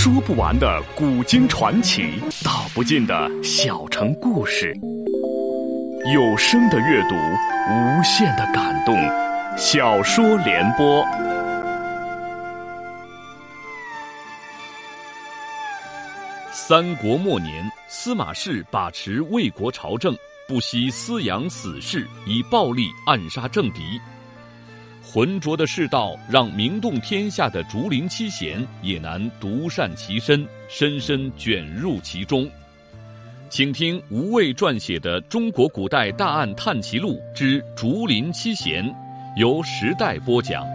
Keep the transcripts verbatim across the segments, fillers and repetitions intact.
说不完的古今传奇，道不尽的小城故事。有声的阅读，无限的感动。小说联播。三国末年，司马氏把持魏国朝政，不惜私养死士，以暴力暗杀政敌。浑浊的世道让名动天下的竹林七贤也难独善其身，深深卷入其中。请听吴畏撰写的《中国古代大案探奇录之竹林七贤》，由时代播讲。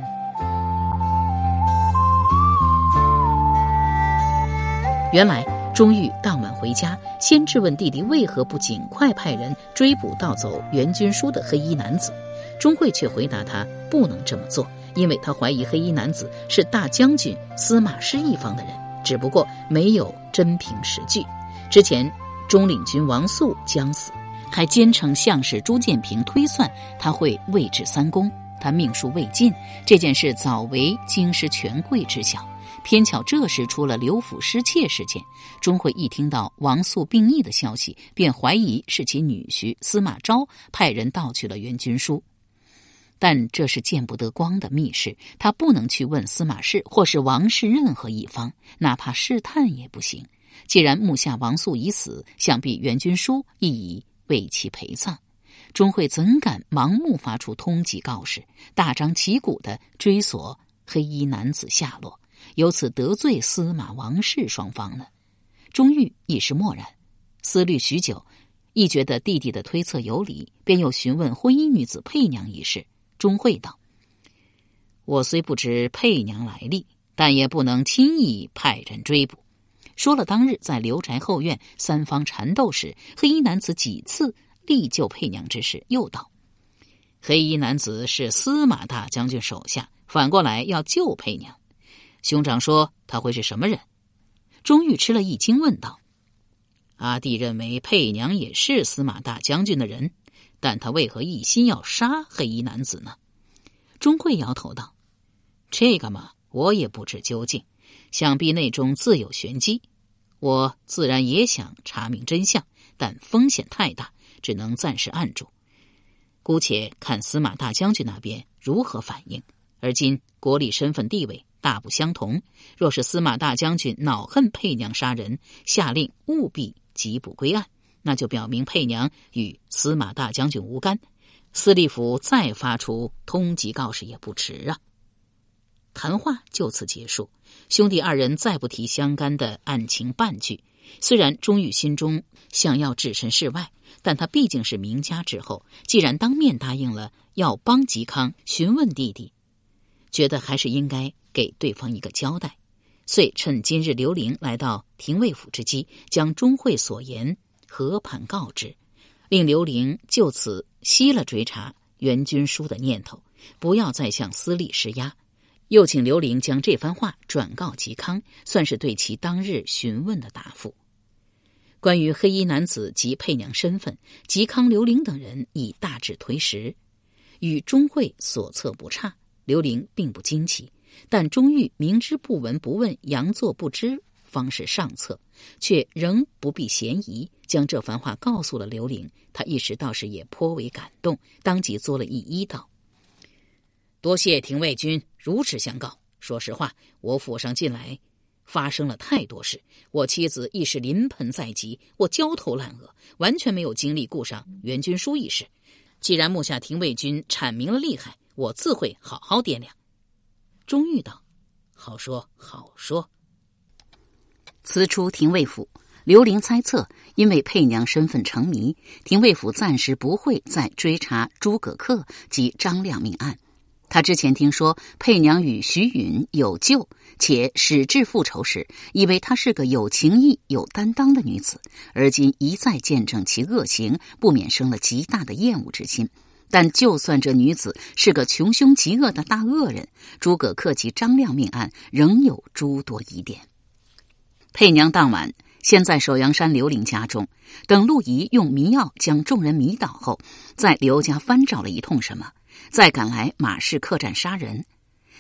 原来钟毓当晚回家，先质问弟弟为何不尽快派人追捕盗走袁军书的黑衣男子。钟会却回答他不能这么做，因为他怀疑黑衣男子是大将军司马师一方的人，只不过没有真凭实据。之前中领军王肃将死，还奸臣相士朱建平推算他会位至三公，他命数未尽，这件事早为京师权贵知晓。偏巧这时出了刘府失窃事件，钟会一听到王肃病疫的消息，便怀疑是其女婿司马昭派人盗取了袁军书。但这是见不得光的密事，他不能去问司马氏或是王氏任何一方，哪怕试探也不行。既然目下王肃已死，想必袁军书亦已为其陪葬。钟会怎敢盲目发出通缉告示，大张旗鼓地追索黑衣男子下落，由此得罪司马王氏双方呢？钟毓一时默然，思虑许久，亦觉得弟弟的推测有理，便又询问婚姻女子佩娘一事。钟会道：我虽不知佩娘来历，但也不能轻易派人追捕。说了当日在刘宅后院三方缠斗时，黑衣男子几次力救佩娘之事，又道：黑衣男子是司马大将军手下，反过来要救佩娘，兄长说他会是什么人？钟毓吃了一惊，问道：阿弟认为佩娘也是司马大将军的人，但他为何一心要杀黑衣男子呢？钟会摇头道：这个嘛，我也不知究竟，想必内中自有玄机。我自然也想查明真相，但风险太大，只能暂时按住，姑且看司马大将军那边如何反应。而今国力身份地位大不相同，若是司马大将军恼恨佩娘杀人，下令务必缉捕归案，那就表明佩娘与司马大将军无干，司隶府再发出通缉告示也不迟啊。谈话就此结束，兄弟二人再不提相干的案情半句。虽然钟毓心中想要置身事外，但他毕竟是名家之后，既然当面答应了要帮嵇康询问弟弟，觉得还是应该给对方一个交代，遂趁今日刘伶来到廷尉府之机，将钟会所言和盘告知，令刘伶就此息了追查袁军书的念头，不要再向司隶施压。又请刘伶将这番话转告嵇康，算是对其当日询问的答复。关于黑衣男子及佩娘身份，嵇康、刘伶等人已大致推实，与钟会所测不差，刘伶并不惊奇。但钟毓明知不闻不问，佯作不知，方是上策，却仍不避嫌疑，将这番话告诉了刘伶。他一时倒是也颇为感动，当即作了一揖道：多谢廷尉君如实相告。说实话，我府上近来发生了太多事，我妻子亦是临盆在即，我焦头烂额，完全没有精力顾上袁军书一事。既然目下廷尉君阐明了厉害，我自会好好掂量。钟毓道：好说好说。辞出廷尉府，刘伶猜测，因为佩娘身份成谜，廷尉府暂时不会再追查诸葛恪及张亮命案。他之前听说佩娘与徐允有旧，且始至复仇时，以为她是个有情义、有担当的女子，而今一再见证其恶行，不免生了极大的厌恶之心。但就算这女子是个穷凶极恶的大恶人，诸葛恪及张亮命案仍有诸多疑点。佩娘当晚先在首阳山刘伶家中，等陆仪用迷药将众人迷倒后，在刘家翻找了一通什么，再赶来马氏客栈杀人。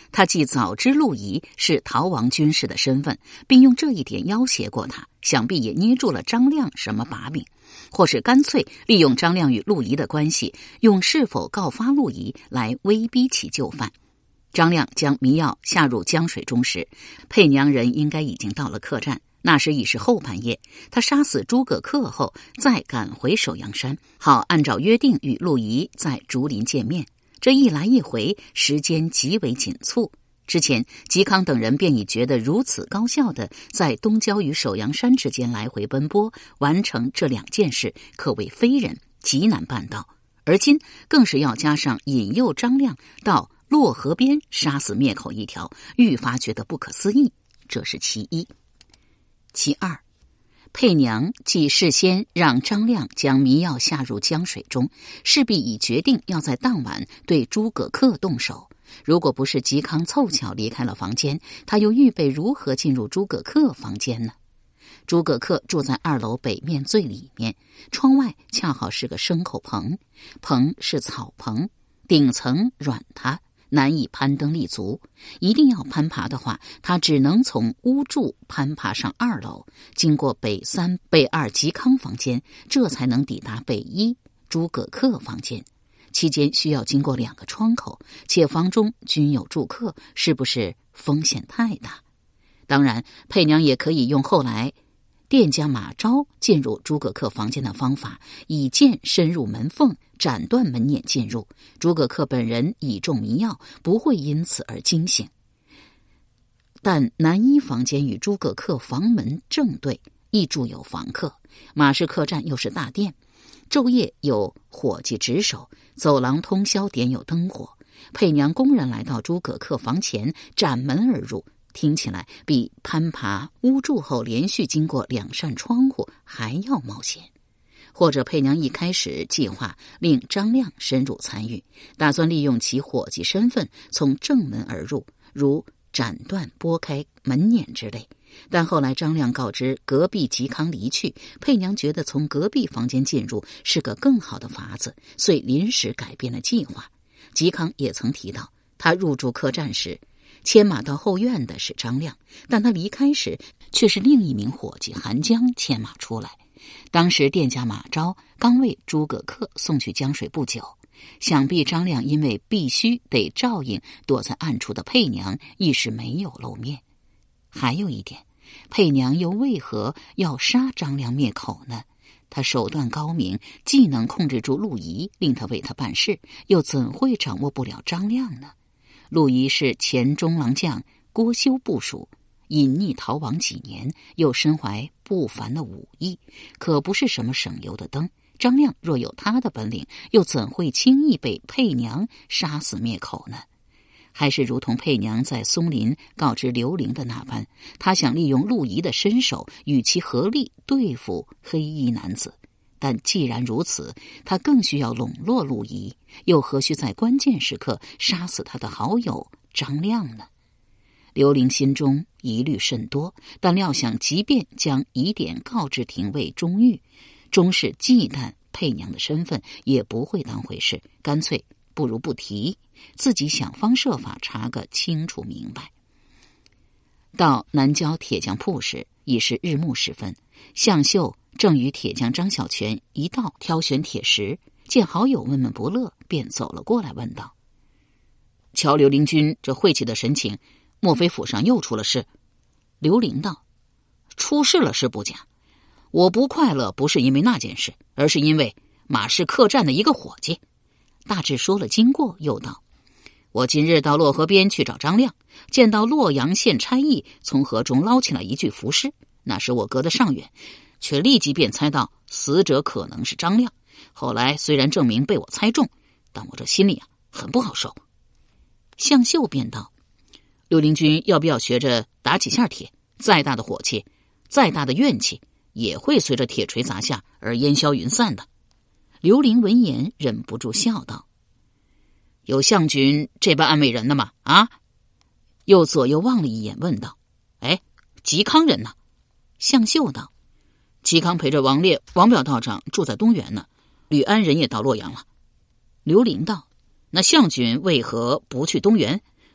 他既早知陆仪是逃亡军士的身份，并用这一点要挟过他，想必也捏住了张亮什么把柄，或是干脆利用张亮与陆仪的关系，用是否告发陆仪来威逼其就范。张亮将迷药下入江水中时，佩娘人应该已经到了客栈，那时已是后半夜。他杀死诸葛恪后，再赶回首阳山，好按照约定与陆仪在竹林见面。这一来一回，时间极为紧促。之前嵇康等人便已觉得如此高效的在东郊与首阳山之间来回奔波，完成这两件事，可谓非人，极难办到。而今更是要加上引诱张亮到洛河边杀死灭口一条，愈发觉得不可思议。这是其一。其二，佩娘既事先让张亮将迷药下入江水中，势必已决定要在当晚对诸葛恪动手。如果不是嵇康凑巧离开了房间，他又预备如何进入诸葛恪房间呢？诸葛恪住在二楼北面最里面，窗外恰好是个牲口棚，棚是草棚，顶层软塌，难以攀登立足。一定要攀爬的话，他只能从屋柱攀爬上二楼，经过北三、北二嵇康房间，这才能抵达北一诸葛恪房间。期间需要经过两个窗口，且房中均有住客，是不是风险太大？当然，佩娘也可以用后来店家马昭进入诸葛恪房间的方法，以剑深入门缝，斩断门撵进入。诸葛恪本人倚重迷药，不会因此而惊醒。但南一房间与诸葛恪房门正对，亦住有房客，马氏客栈又是大殿，昼夜有伙计值守，走廊通宵点有灯火。佩娘公然来到诸葛恪房前，斩门而入，听起来比攀爬屋柱后连续经过两扇窗户还要冒险。或者佩娘一开始计划令张亮深入参与，打算利用其伙计身份从正门而入，如斩断拨开门撵之类。但后来张亮告知隔壁嵇康离去，佩娘觉得从隔壁房间进入是个更好的法子，遂临时改变了计划。嵇康也曾提到，他入住客栈时牵马到后院的是张亮，但他离开时却是另一名伙计韩江牵马出来。当时店家马昭刚为诸葛恪送去江水不久，想必张亮因为必须得照应躲在暗处的佩娘，一时没有露面。还有一点，佩娘又为何要杀张亮灭口呢？他手段高明，既能控制住陆仪，令他为他办事，又怎会掌握不了张亮呢？陆仪是前中郎将郭修部属，隐匿逃亡几年，又身怀不凡的武艺，可不是什么省油的灯。张亮若有他的本领，又怎会轻易被佩娘杀死灭口呢？还是如同佩娘在松林告知刘伶的那般，他想利用陆仪的身手与其合力对付黑衣男子。但既然如此，他更需要笼络陆仪，又何须在关键时刻杀死他的好友张亮呢？刘伶心中疑虑甚多，但料想即便将疑点告知廷尉钟毓，终是忌惮佩娘的身份，也不会当回事，干脆不如不提，自己想方设法查个清楚明白。到南郊铁匠铺时，已是日暮时分，向秀正与铁匠张小泉一道挑选铁石，见好友闷闷不乐，便走了过来问道：瞧刘伶君这晦气的神情，莫非府上又出了事？刘伶道：出事了是不假，我不快乐不是因为那件事，而是因为马氏客栈的一个伙计。大致说了经过，又道：我今日到洛河边去找张亮，见到洛阳县差役从河中捞起来一具浮尸，那时我隔得尚远，却立即便猜到死者可能是张亮。后来虽然证明被我猜中，但我这心里啊很不好受。向秀便道：刘伶君要不要学着打几下铁？再大的火气，再大的怨气，也会随着铁锤砸下而烟消云散的。刘伶闻言忍不住笑道：有项君这般安慰人的吗？啊！又左右望了一眼，问道：哎，嵇康人呢？向秀道：嵇康陪着王烈、王表道长住在东园呢，吕安人也到洛阳了。刘伶道：那项君为何不去东园？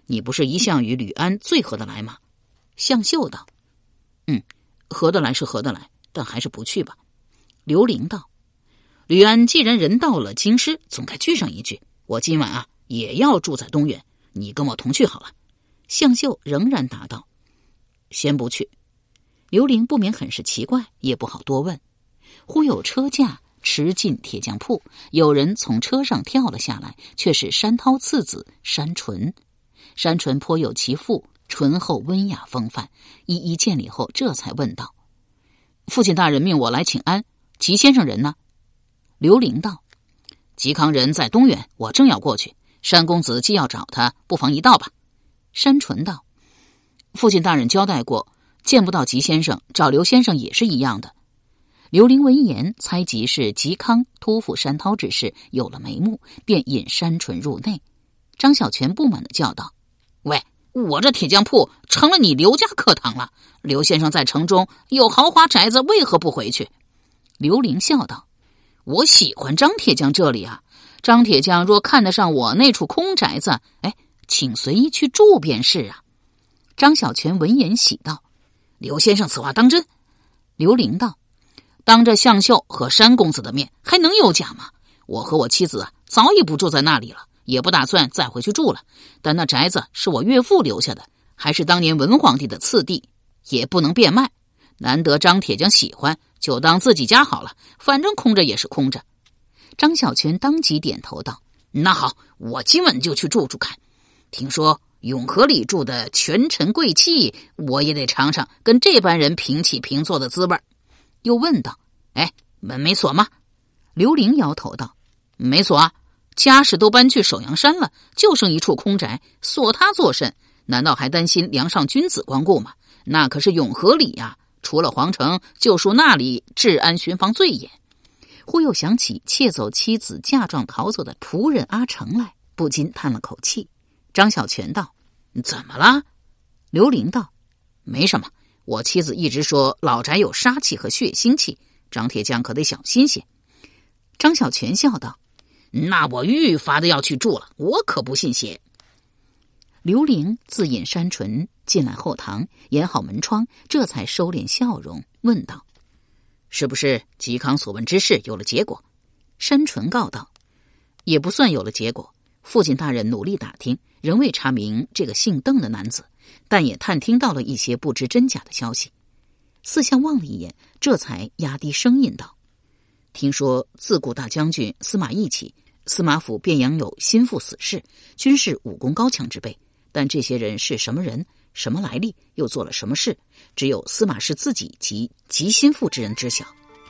你不是一向与吕安最合得来吗？向秀道：嗯，合得来是合得来，但还是不去吧。刘伶道：吕安既然人到了京师，总该聚上一聚。我今晚啊也要住在东园，你跟我同去好了。向秀仍然答道：先不去。刘伶不免很是奇怪，也不好多问。忽有车驾驰进铁匠铺，有人从车上跳了下来，却是山涛次子山纯。山纯颇有其父，醇厚温雅风范，一一见礼后，这才问道：父亲大人命我来请安，齐先生人呢？刘伶道：嵇康人在东园，我正要过去。山公子既要找他，不妨一道吧。山纯道：父亲大人交代过，见不到嵇先生，找刘先生也是一样的。刘伶闻言，猜即是嵇康托付山涛之事有了眉目，便引山纯入内。张小泉不满地叫道：喂，我这铁匠铺成了你刘家客堂了，刘先生在城中有豪华宅子，为何不回去？刘伶笑道：我喜欢张铁匠这里啊，张铁匠若看得上我那处空宅子，哎，请随意去住便是啊。张小泉闻言喜道：刘先生此话当真？刘伶道：当着向秀和山公子的面，还能有假吗？我和我妻子啊，早已不住在那里了，也不打算再回去住了。但那宅子是我岳父留下的，还是当年文皇帝的次第，也不能变卖。难得张铁匠喜欢，就当自己家好了，反正空着也是空着。张小泉当即点头道：那好，我今晚就去住住看。听说永和里住的权臣贵气，我也得尝尝跟这般人平起平坐的滋味。又问道：哎，门没锁吗？刘伶摇头道：没锁啊，家事都搬去首阳山了，就剩一处空宅，锁他作甚？难道还担心梁上君子光顾吗？那可是永和里呀、啊，除了皇城，就属那里治安巡防最严。忽又想起窃走妻子嫁妆逃走的仆人阿成来，不禁叹了口气。张小泉道：怎么了？刘伶道：没什么，我妻子一直说老宅有杀气和血腥气，张铁匠可得小心些。张小泉笑道：那我愈发的要去住了，我可不信邪。刘伶自引山纯进来后堂，掩好门窗，这才收敛笑容，问道：是不是嵇康所问之事有了结果？山纯告道：也不算有了结果，父亲大人努力打听，仍未查明这个姓邓的男子，但也探听到了一些不知真假的消息。四相望了一眼，这才压低声音道：听说自古大将军司马懿起，司马府便养有心腹死士，均是武功高强之辈，但这些人是什么人，什么来历，又做了什么事，只有司马氏自己及及心腹之人知晓。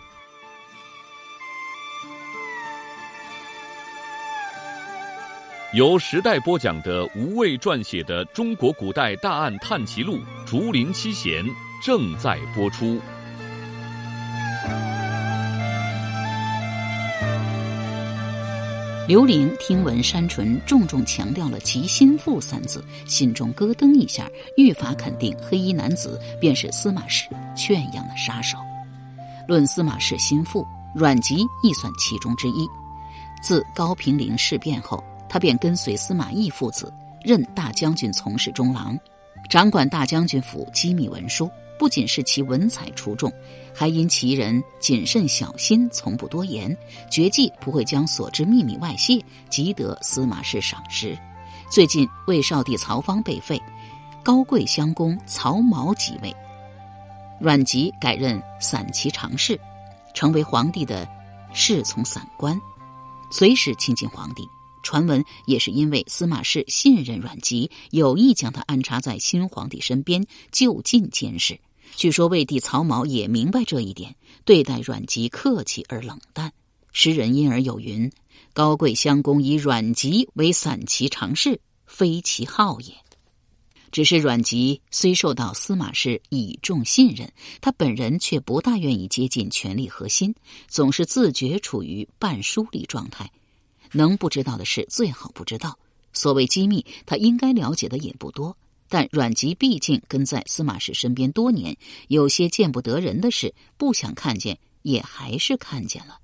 由时代播讲的吴畏撰写的《中国古代大案探奇录·竹林七贤》正在播出。 刘伶听闻山纯重重强调了其心腹三字，心中咯噔一下，愈发肯定黑衣男子便是司马氏圈养的杀手。论司马氏心腹，阮籍亦算其中之一。自高平陵事变后，他便跟随司马懿父子，任大将军从事中郎，掌管大将军府机密文书。不仅是其文采出众，还因其人谨慎小心，从不多言，绝技不会将所知秘密外泄，极得司马氏赏识。最近魏少帝曹芳被废，高贵襄公曹髦即位，阮籍改任散骑常侍，成为皇帝的侍从散官，随时亲近皇帝。传闻也是因为司马氏信任阮籍，有意将他安插在新皇帝身边，就近监视。据说魏帝曹髦也明白这一点，对待阮籍客气而冷淡。诗人因而有云：高贵襄公以阮籍为散骑常侍，非其好也。只是阮籍虽受到司马氏倚重信任，他本人却不大愿意接近权力核心，总是自觉处于半疏离状态。能不知道的事最好不知道，所谓机密他应该了解的也不多。但阮籍毕竟跟在司马氏身边多年，有些见不得人的事不想看见也还是看见了。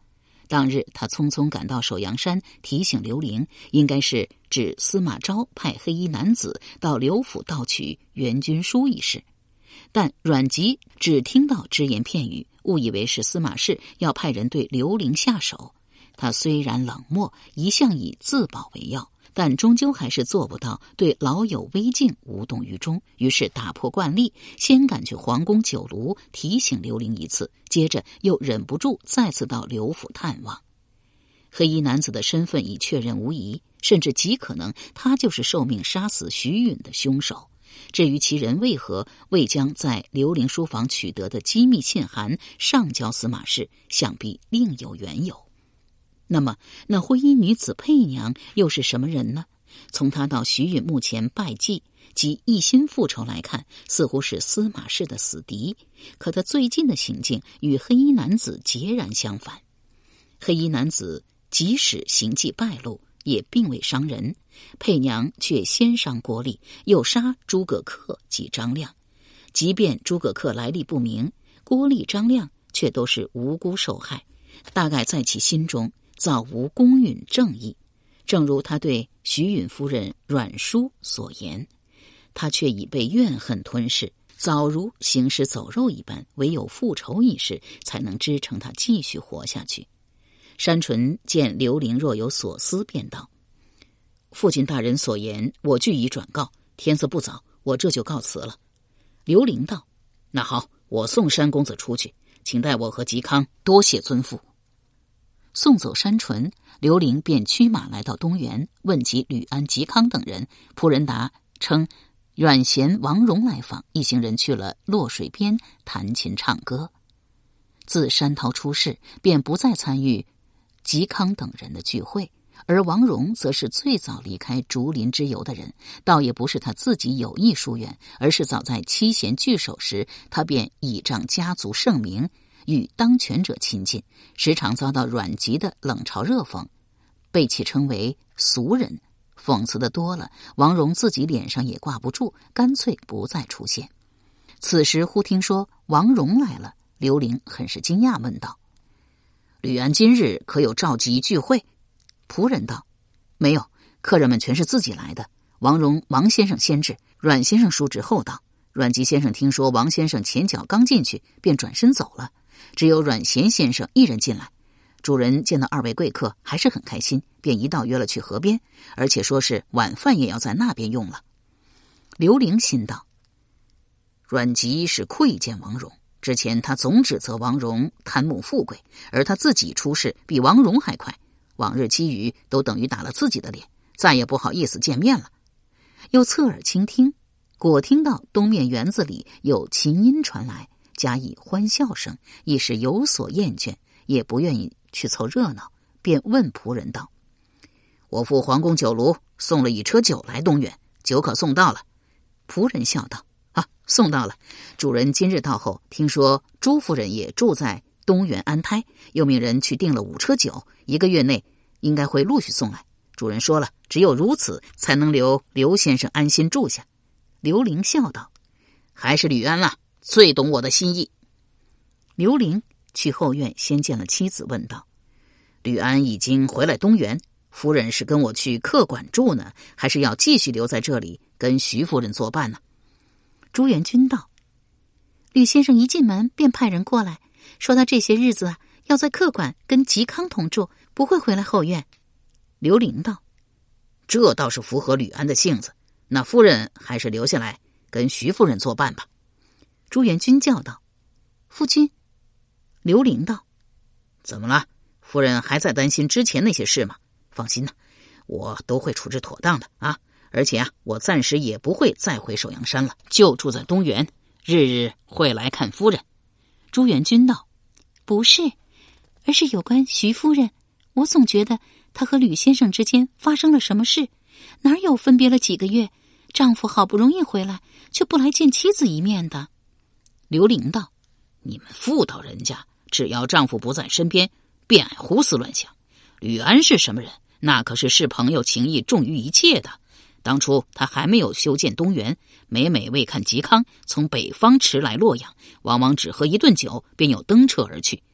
当日他匆匆赶到首阳山，提醒刘伶，应该是指司马昭派黑衣男子到刘府盗取援军书一事。但阮籍只听到只言片语，误以为是司马氏要派人对刘伶下手。他虽然冷漠，一向以自保为要，但终究还是做不到对老友危境无动于衷，于是打破惯例，先赶去皇宫酒庐提醒刘伶一次，接着又忍不住再次到刘府探望。黑衣男子的身份已确认无疑，甚至极可能他就是受命杀死徐允的凶手。至于其人为何未将在刘伶书房取得的机密信函上交司马氏，想必另有缘由。那么那灰衣女子佩娘又是什么人呢？从她到徐允墓前拜祭及一心复仇来看，似乎是司马氏的死敌，可她最近的行径与黑衣男子截然相反。黑衣男子即使行迹败露，也并未伤人，佩娘却先伤郭丽，又杀诸葛恪及张亮。即便诸葛恪来历不明，郭丽、张亮却都是无辜受害，大概在其心中早无公允正义。正如他对徐允夫人阮叔所言，他却已被怨恨吞噬，早如行尸走肉一般，唯有复仇一事才能支撑他继续活下去。山纯见刘伶若有所思，便道：父亲大人所言，我据已转告，天色不早，我这就告辞了。刘伶道：那好，我送山公子出去，请代我和嵇康多谢尊父。送走山纯，刘伶便驱马来到东园，问及吕安、嵇康等人。仆人答称阮咸、王戎来访，一行人去了洛水边弹琴唱歌。自山涛出事，便不再参与嵇康等人的聚会，而王戎则是最早离开竹林之游的人，倒也不是他自己有意疏远，而是早在七贤聚首时，他便倚仗家族盛名，与当权者亲近，时常遭到阮籍的冷嘲热讽，被其称为俗人。讽刺的多了，王戎自己脸上也挂不住，干脆不再出现。此时忽听说王戎来了，刘伶很是惊讶，问道：吕安今日可有召集聚会？仆人道：没有，客人们全是自己来的。王戎王先生先至，阮先生叔侄后到。阮籍先生听说王先生前脚刚进去，便转身走了，只有阮咸先生一人进来。主人见到二位贵客还是很开心，便一道约了去河边，而且说是晚饭也要在那边用了。刘伶心道：阮籍是窥见王戎，之前他总指责王戎贪慕富贵，而他自己出事比王戎还快，往日积余都等于打了自己的脸，再也不好意思见面了。又侧耳倾听，果听到东面园子里有琴音传来，加以欢笑声，一时有所厌倦，也不愿意去凑热闹，便问仆人道：我赴皇宫酒庐，送了一车酒来东园，酒可送到了？仆人笑道：啊，送到了。主人今日到后，听说朱夫人也住在东园安胎，又命人去订了五车酒，一个月内应该会陆续送来。主人说了，只有如此才能留刘先生安心住下。刘伶笑道：还是吕安啦，最懂我的心意。刘伶去后院先见了妻子，问道：吕安已经回来东园，夫人是跟我去客馆住呢，还是要继续留在这里跟徐夫人作伴呢？朱元君道：吕先生一进门便派人过来，说他这些日子啊要在客馆跟嵇康同住，不会回来后院。刘伶道：这倒是符合吕安的性子，那夫人还是留下来跟徐夫人作伴吧。朱元君叫道：夫君。刘伶道：怎么了？夫人还在担心之前那些事吗？放心呐，我都会处置妥当的啊！而且啊，我暂时也不会再回首阳山了，就住在东园，日日会来看夫人。朱元君道：不是，而是有关徐夫人，我总觉得她和吕先生之间发生了什么事，哪有分别了几个月，丈夫好不容易回来，却不来见妻子一面的。刘伶道：你们妇道人家，只要丈夫不在身边，便爱胡思乱想。吕安是什么人？那可是视朋友情谊重于一切的。当初他还没有修建东园，每每为看嵇康从北方驰来洛阳，往往只喝一顿酒便又登车而去，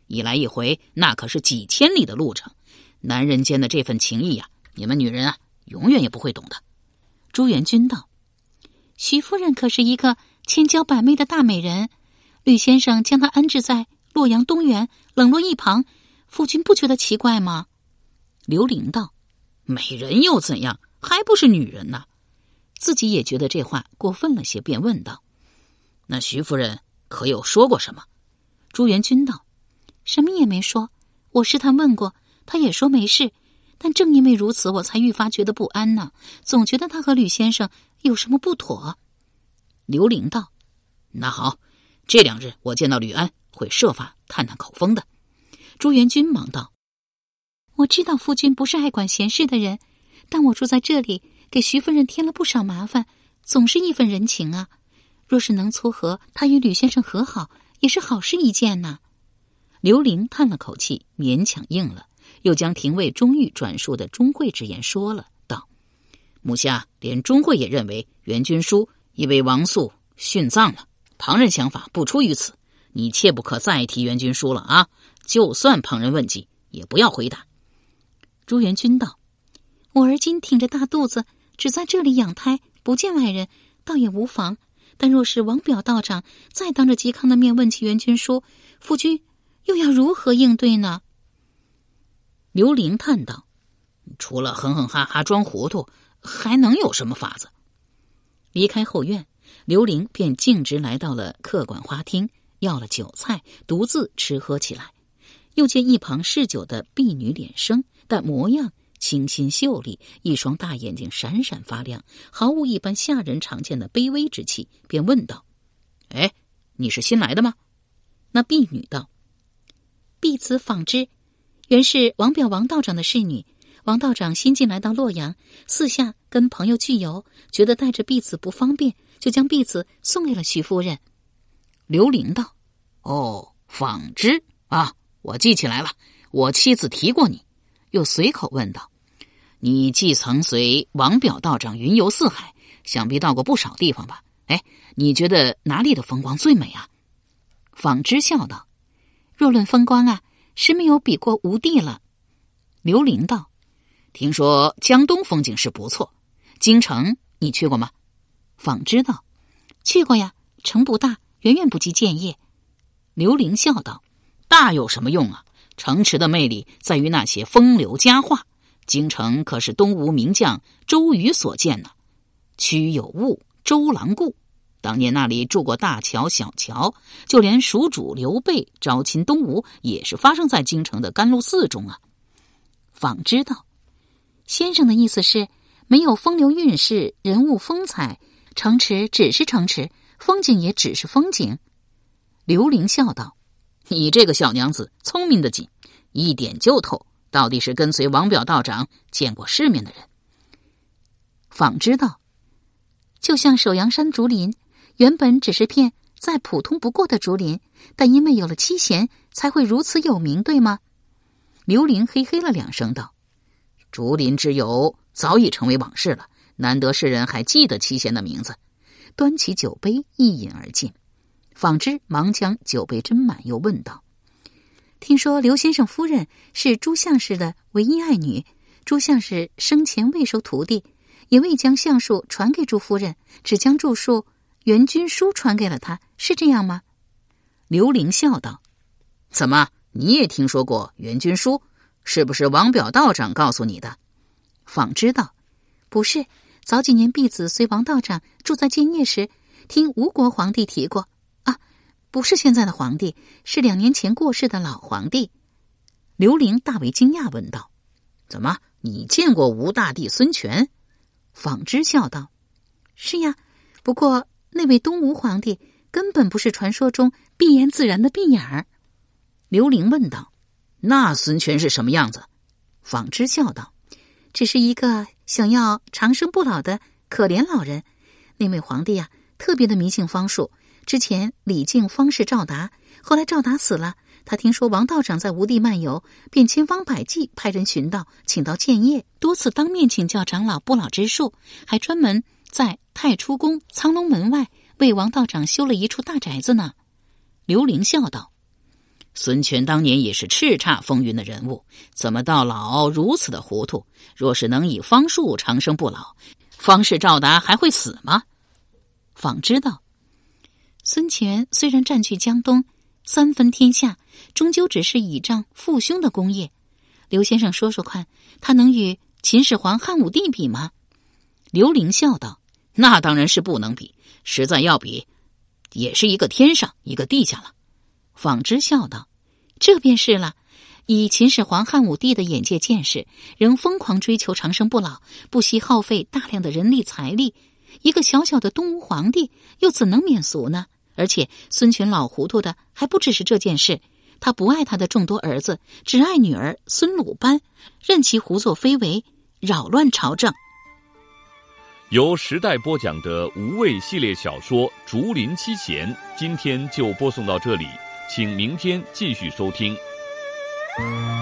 一来一回那可是几千里的路程，男人间的这份情谊呀、啊，你们女人啊永远也不会懂的。朱元军道：徐夫人可是一个千娇百媚的大美人，吕先生将她安置在洛阳东园，冷落一旁，夫君不觉得奇怪吗？刘伶道：美人又怎样，还不是女人呢？自己也觉得这话过分了些，便问道：那徐夫人可有说过什么？朱元军道：什么也没说，我试探问过，他也说没事，但正因为如此，我才愈发觉得不安呢，总觉得他和吕先生有什么不妥。刘伶道：那好，这两日我见到吕安，会设法探探口风的。朱元军忙道：我知道夫君不是爱管闲事的人，但我住在这里，给徐夫人添了不少麻烦，总是一份人情啊。若是能撮合他与吕先生和好，也是好事一件呢。刘伶叹了口气，勉强应了，又将廷尉钟毓转述的钟会之言说了，道：目下连钟会也认为袁君书已为王肃殉葬了，旁人想法不出于此，你切不可再提袁君书了啊！就算旁人问及，也不要回答。朱元军道：我而今挺着大肚子，只在这里养胎，不见外人，倒也无妨。但若是王表道长再当着嵇康的面问起袁君书，夫君又要如何应对呢？刘伶叹道：除了哼哼哈哈装糊涂，还能有什么法子？离开后院，刘伶便径直来到了客馆花厅，要了酒菜，独自吃喝起来。又见一旁侍酒的婢女脸生，但模样清新秀丽，一双大眼睛闪闪发亮，毫无一般下人常见的卑微之气，便问道：哎，你是新来的吗？那婢女道：婢子纺织，原是王表王道长的侍女，王道长新近来到洛阳，私下跟朋友聚游，觉得带着婢子不方便，就将婢子送给了徐夫人。刘伶道：哦，纺织啊，我记起来了，我妻子提过你。又随口问道：你既曾随王表道长云游四海，想必到过不少地方吧？哎，你觉得哪里的风光最美啊？纺织笑道：若论风光啊，是没有比过吴地了。刘伶道：听说江东风景是不错，京城你去过吗？纺织道：去过呀，城不大，远远不及建业。刘伶笑道：大有什么用啊？城池的魅力在于那些风流佳话，京城可是东吴名将周瑜所建呢。曲有误，周郎顾，当年那里筑过大桥小桥，就连蜀主刘备招亲东吴也是发生在京城的甘露寺中啊。纺织道：先生的意思是，没有风流韵事，人物风采，城池只是城池，风景也只是风景。刘伶笑道：你这个小娘子聪明的紧，一点就透，到底是跟随王表道长见过世面的人。纺织道：就像首阳山竹林，原本只是片再普通不过的竹林，但因为有了七贤，才会如此有名，对吗？刘伶嘿嘿了两声道：竹林之游早已成为往事了，难得世人还记得七贤的名字。端起酒杯一饮而尽。纺织忙将酒杯斟满，又问道：听说刘先生夫人是朱相士的唯一爱女，朱相士生前未收徒弟，也未将相术传给朱夫人，只将著述袁君书传给了他，是这样吗？刘伶笑道：怎么，你也听说过袁君书？是不是王表道长告诉你的？纺织道：不是，早几年婢子随王道长住在建业时，听吴国皇帝提过。不是现在的皇帝，是两年前过世的老皇帝。刘伶大为惊讶，问道：怎么，你见过吴大帝孙权？纺织笑道：是呀，不过那位东吴皇帝根本不是传说中闭眼自然的闭眼儿。刘伶问道：那孙权是什么样子？纺织笑道：只是一个想要长生不老的可怜老人。那位皇帝呀、啊，特别的迷信方术。之前李靖方士赵达，后来赵达死了，他听说王道长在吴地漫游，便千方百计派人寻到，请到建业，多次当面请教长老不老之术，还专门在太初宫苍龙门外为王道长修了一处大宅子呢。刘伶笑道： 孙权当年也是叱咤风云的人物，怎么到老如此的糊涂？若是能以方术长生不老，方士赵达还会死吗？访知道，孙权虽然占据江东，三分天下，终究只是倚仗父兄的功业。刘先生说说看，他能与秦始皇汉武帝比吗？刘伶笑道，那当然是不能比，实在要比，也是一个天上一个地下了。访之笑道，这便是了，以秦始皇汉武帝的眼界见识，仍疯狂追求长生不老，不惜耗费大量的人力财力，一个小小的东吴皇帝又怎能免俗呢？而且孙权老糊涂的还不只是这件事，他不爱他的众多儿子，只爱女儿孙鲁班，任其胡作非为，扰乱朝政。 由时代播讲的无畏系列小说《竹林七贤》，今天就播送到这里，请明天继续收听。